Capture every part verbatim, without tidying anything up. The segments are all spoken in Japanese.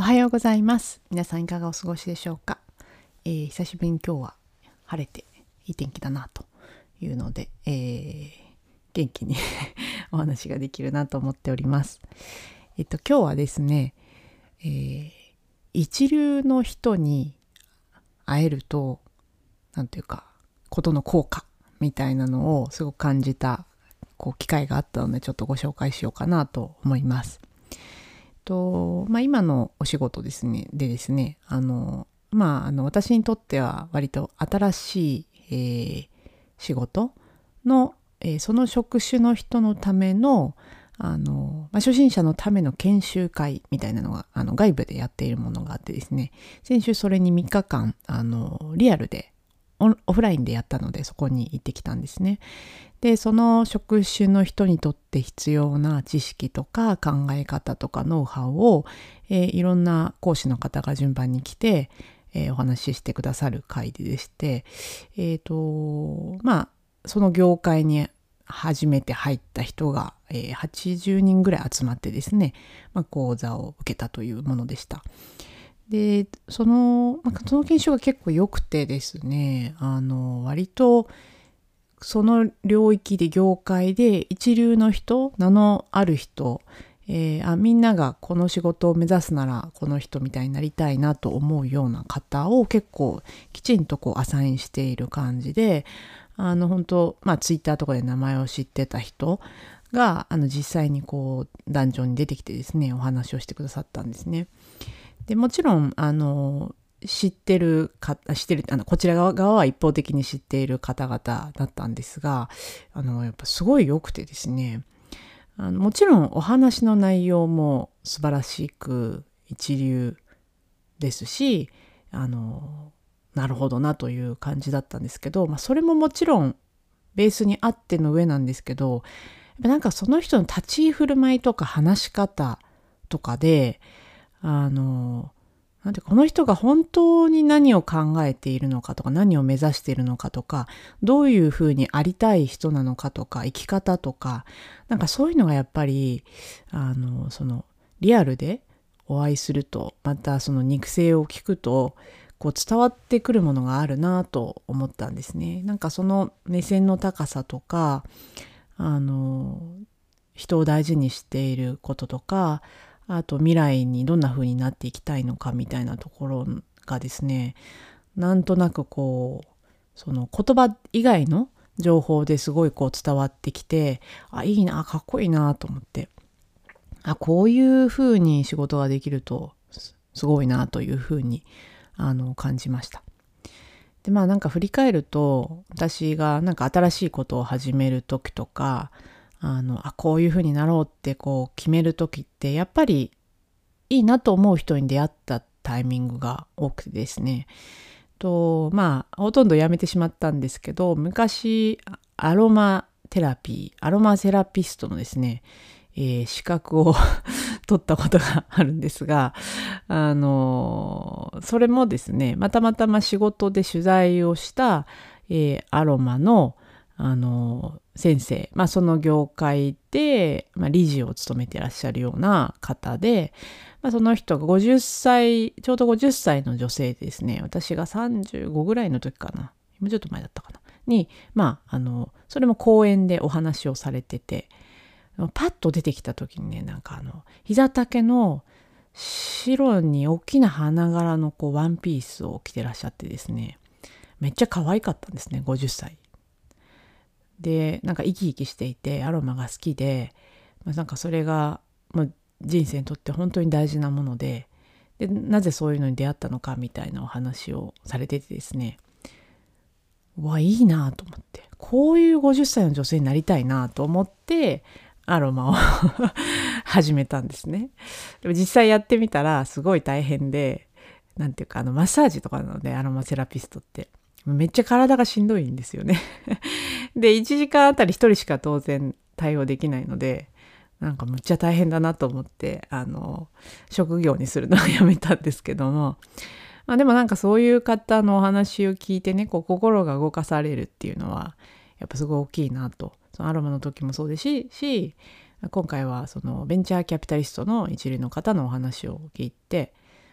はようございます。皆さんいかがお過ごしでしょうか。えー、久しぶりに今日は晴れていい天気だなというので、えー、元気にお話ができるなと思っております。えっと今日はですね、えー、一流の人に会えるとなんていうかことの効果みたいなのをすごく感じたこう機会があったので、ちょっとご紹介しようかなと思います。とまあ、今のお仕事ですねでですねあのまああの私にとっては割と新しい、えー、仕事の、えー、その職種の人のためのあの、まあ、初心者のための研修会みたいなのがあの外部でやっているものがあってですね、先週それにみっかかんあのリアルでオオフラインでやったので、そこに行ってきたんですね。でその職種の人にとって必要な知識とか考え方とかノウハウを、えー、いろんな講師の方が順番に来て、えー、お話ししてくださる会でして、えーとまあその業界に初めて入った人が、えー、はちじゅうにんぐらい集まってですね、まあ、講座を受けたというものでした。でその、まあ、その研修が結構良くてですね、あの割とその領域で業界で一流の人、名のある人、えー、あみんながこの仕事を目指すならこの人みたいになりたいなと思うような方を結構きちんとこうアサインしている感じで、あの本当まあツイッターとかで名前を知ってた人があの実際にこう壇上に出てきてですね、お話をしてくださったんですね。でもちろんあの知ってるか知ってるあのこちら側側は一方的に知っている方々だったんですが、あのやっぱすごい良くてですね、あのもちろんお話の内容も素晴らしく一流ですし、あのなるほどなという感じだったんですけど、まあ、それももちろんベースにあっての上なんですけど、なんかその人の立ち居振る舞いとか話し方とかで、あのなんてこの人が本当に何を考えているのかとか、何を目指しているのかとか、どういうふうにありたい人なのかとか、生き方とか、なんかそういうのがやっぱりあのそのリアルでお会いすると、またその肉声を聞くとこう伝わってくるものがあるなと思ったんですね。なんかその目線の高さとか、あの人を大事にしていることとか、あと未来にどんな風になっていきたいのかみたいなところがですね、なんとなくこうその言葉以外の情報ですごいこう伝わってきて、あ、いいな、かっこいいなと思って、あ、こういう風に仕事ができるとすごいなという風にあの感じました。でまあなんか振り返ると、私がなんか新しいことを始める時とか、あのあこういう風になろうってこう決める時って、やっぱりいいなと思う人に出会ったタイミングが多くてですね、とまあほとんどやめてしまったんですけど、昔アロマテラピーアロマセラピストのですね、えー、資格を取ったことがあるんですが、あのそれもですね、またまたま仕事で取材をした、えー、アロマのあの先生、まあ、その業界で、まあ、理事を務めていらっしゃるような方で、まあ、その人がごじゅっさい、ちょうどごじゅっさいの女性でですね、私がさんじゅうごぐらいの時かな、今ちょっと前だったかなに、まああのそれも講演でお話をされてて、パッと出てきた時にね、なんかあの膝丈の白に大きな花柄のこうワンピースを着てらっしゃってですね、めっちゃ可愛かったんですね。ごじゅっさいで、なんか生き生きしていてアロマが好きで、まあ、なんかそれがもう人生にとって本当に大事なもので、でなぜそういうのに出会ったのかみたいなお話をされててですね、うわいいなと思って、こういうごじゅっさいの女性になりたいなと思ってアロマを始めたんですね。でも実際やってみたらすごい大変で、なんていうかあのマッサージとかなので、アロマセラピストってめっちゃ体がしんどいんですよねでいちじかんあたりひとりしか当然対応できないので、なんかむっちゃ大変だなと思って、あの職業にするのはやめたんですけども、まあ、でもなんかそういう方のお話を聞いてね、こう心が動かされるっていうのはやっぱすごい大きいなと。そのアロマの時もそうですし、し今回はそのベンチャーキャピタリストの一流の方のお話を聞いて、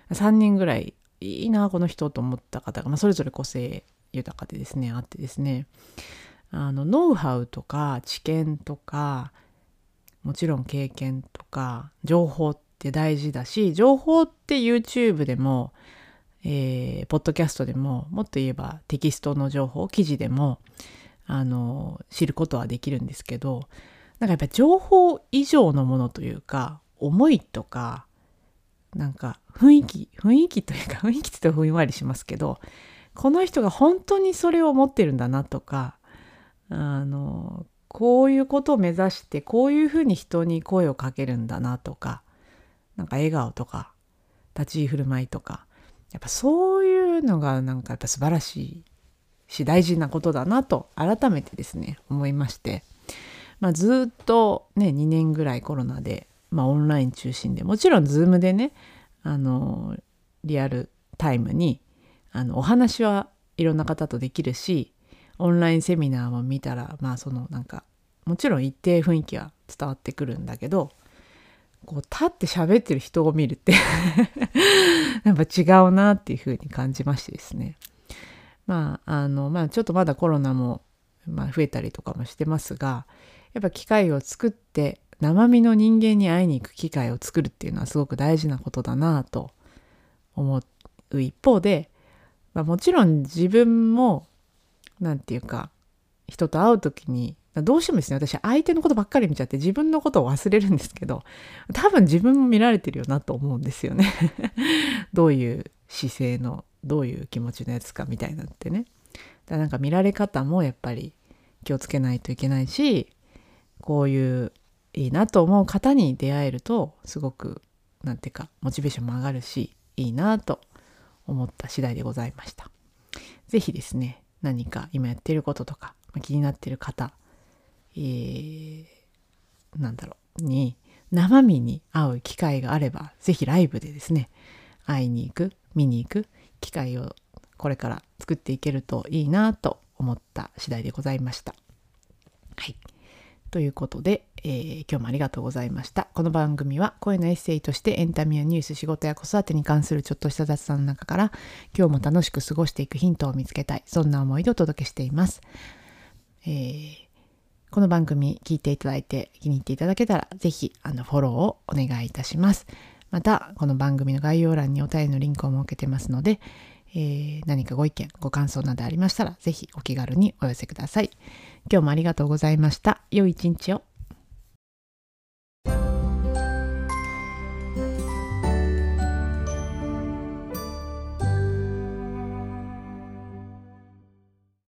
さんにんぐらいいいなこの人と思った方が、まあ、それぞれ個性豊かでですねあってですね、あのノウハウとか知見とかもちろん経験とか情報って大事だし、情報って YouTube でも、えー、ポッドキャストでも、もっと言えばテキストの情報記事でもあの知ることはできるんですけど、なんかやっぱり情報以上のものというか、思いとかなんか雰囲気雰囲気というか、雰囲気って言うとふんわりしますけど、この人が本当にそれを持ってるんだなとか、あのこういうことを目指してこういうふうに人に声をかけるんだなとか、なんか笑顔とか立ち居振る舞いとか、やっぱそういうのがなんかやっぱ素晴らしいし大事なことだなと改めてですね思いまして、まあ、ずっとねにねんぐらいコロナで、まあ、オンライン中心で、もちろん Zoom でねあのリアルタイムにあのお話はいろんな方とできるし、オンラインセミナーも見たら、まあそのなんかもちろん一定雰囲気は伝わってくるんだけど、こう立って喋ってる人を見るってやっぱ違うなっていう風に感じましてですね。まああのまあちょっとまだコロナも、まあ、増えたりとかもしてますが、やっぱ機会を作って生身の人間に会いに行く機会を作るっていうのはすごく大事なことだなと思う一方で、まあ、もちろん自分もなんていうか人と会う時にどうしてもですね、私相手のことばっかり見ちゃって自分のことを忘れるんですけど、多分自分も見られてるよなと思うんですよねどういう姿勢のどういう気持ちのやつかみたいなってね。だからなんか見られ方もやっぱり気をつけないといけないし、こういういいなと思う方に出会えるとすごくなんていうかモチベーションも上がるし、いいなと思った次第でございました。ぜひですね、何か今やっていることとか気になっている方、えー、なんだろうに生身に会う機会があれば、ぜひライブでですね会いに行く見に行く機会をこれから作っていけるといいなと思った次第でございました。はい、ということで、えー、今日もありがとうございました。この番組は声のエッセイとしてエンタメやニュース、仕事や子育てに関するちょっとした雑談の中から今日も楽しく過ごしていくヒントを見つけたい、そんな思いでお届けしています。えーこの番組聞いていただいて気に入っていただけたら、ぜひあのフォローをお願いいたします。またこの番組の概要欄にお便りのリンクを設けてますので、えー、何かご意見ご感想などありましたら、ぜひお気軽にお寄せください。今日もありがとうございました。良い一日を。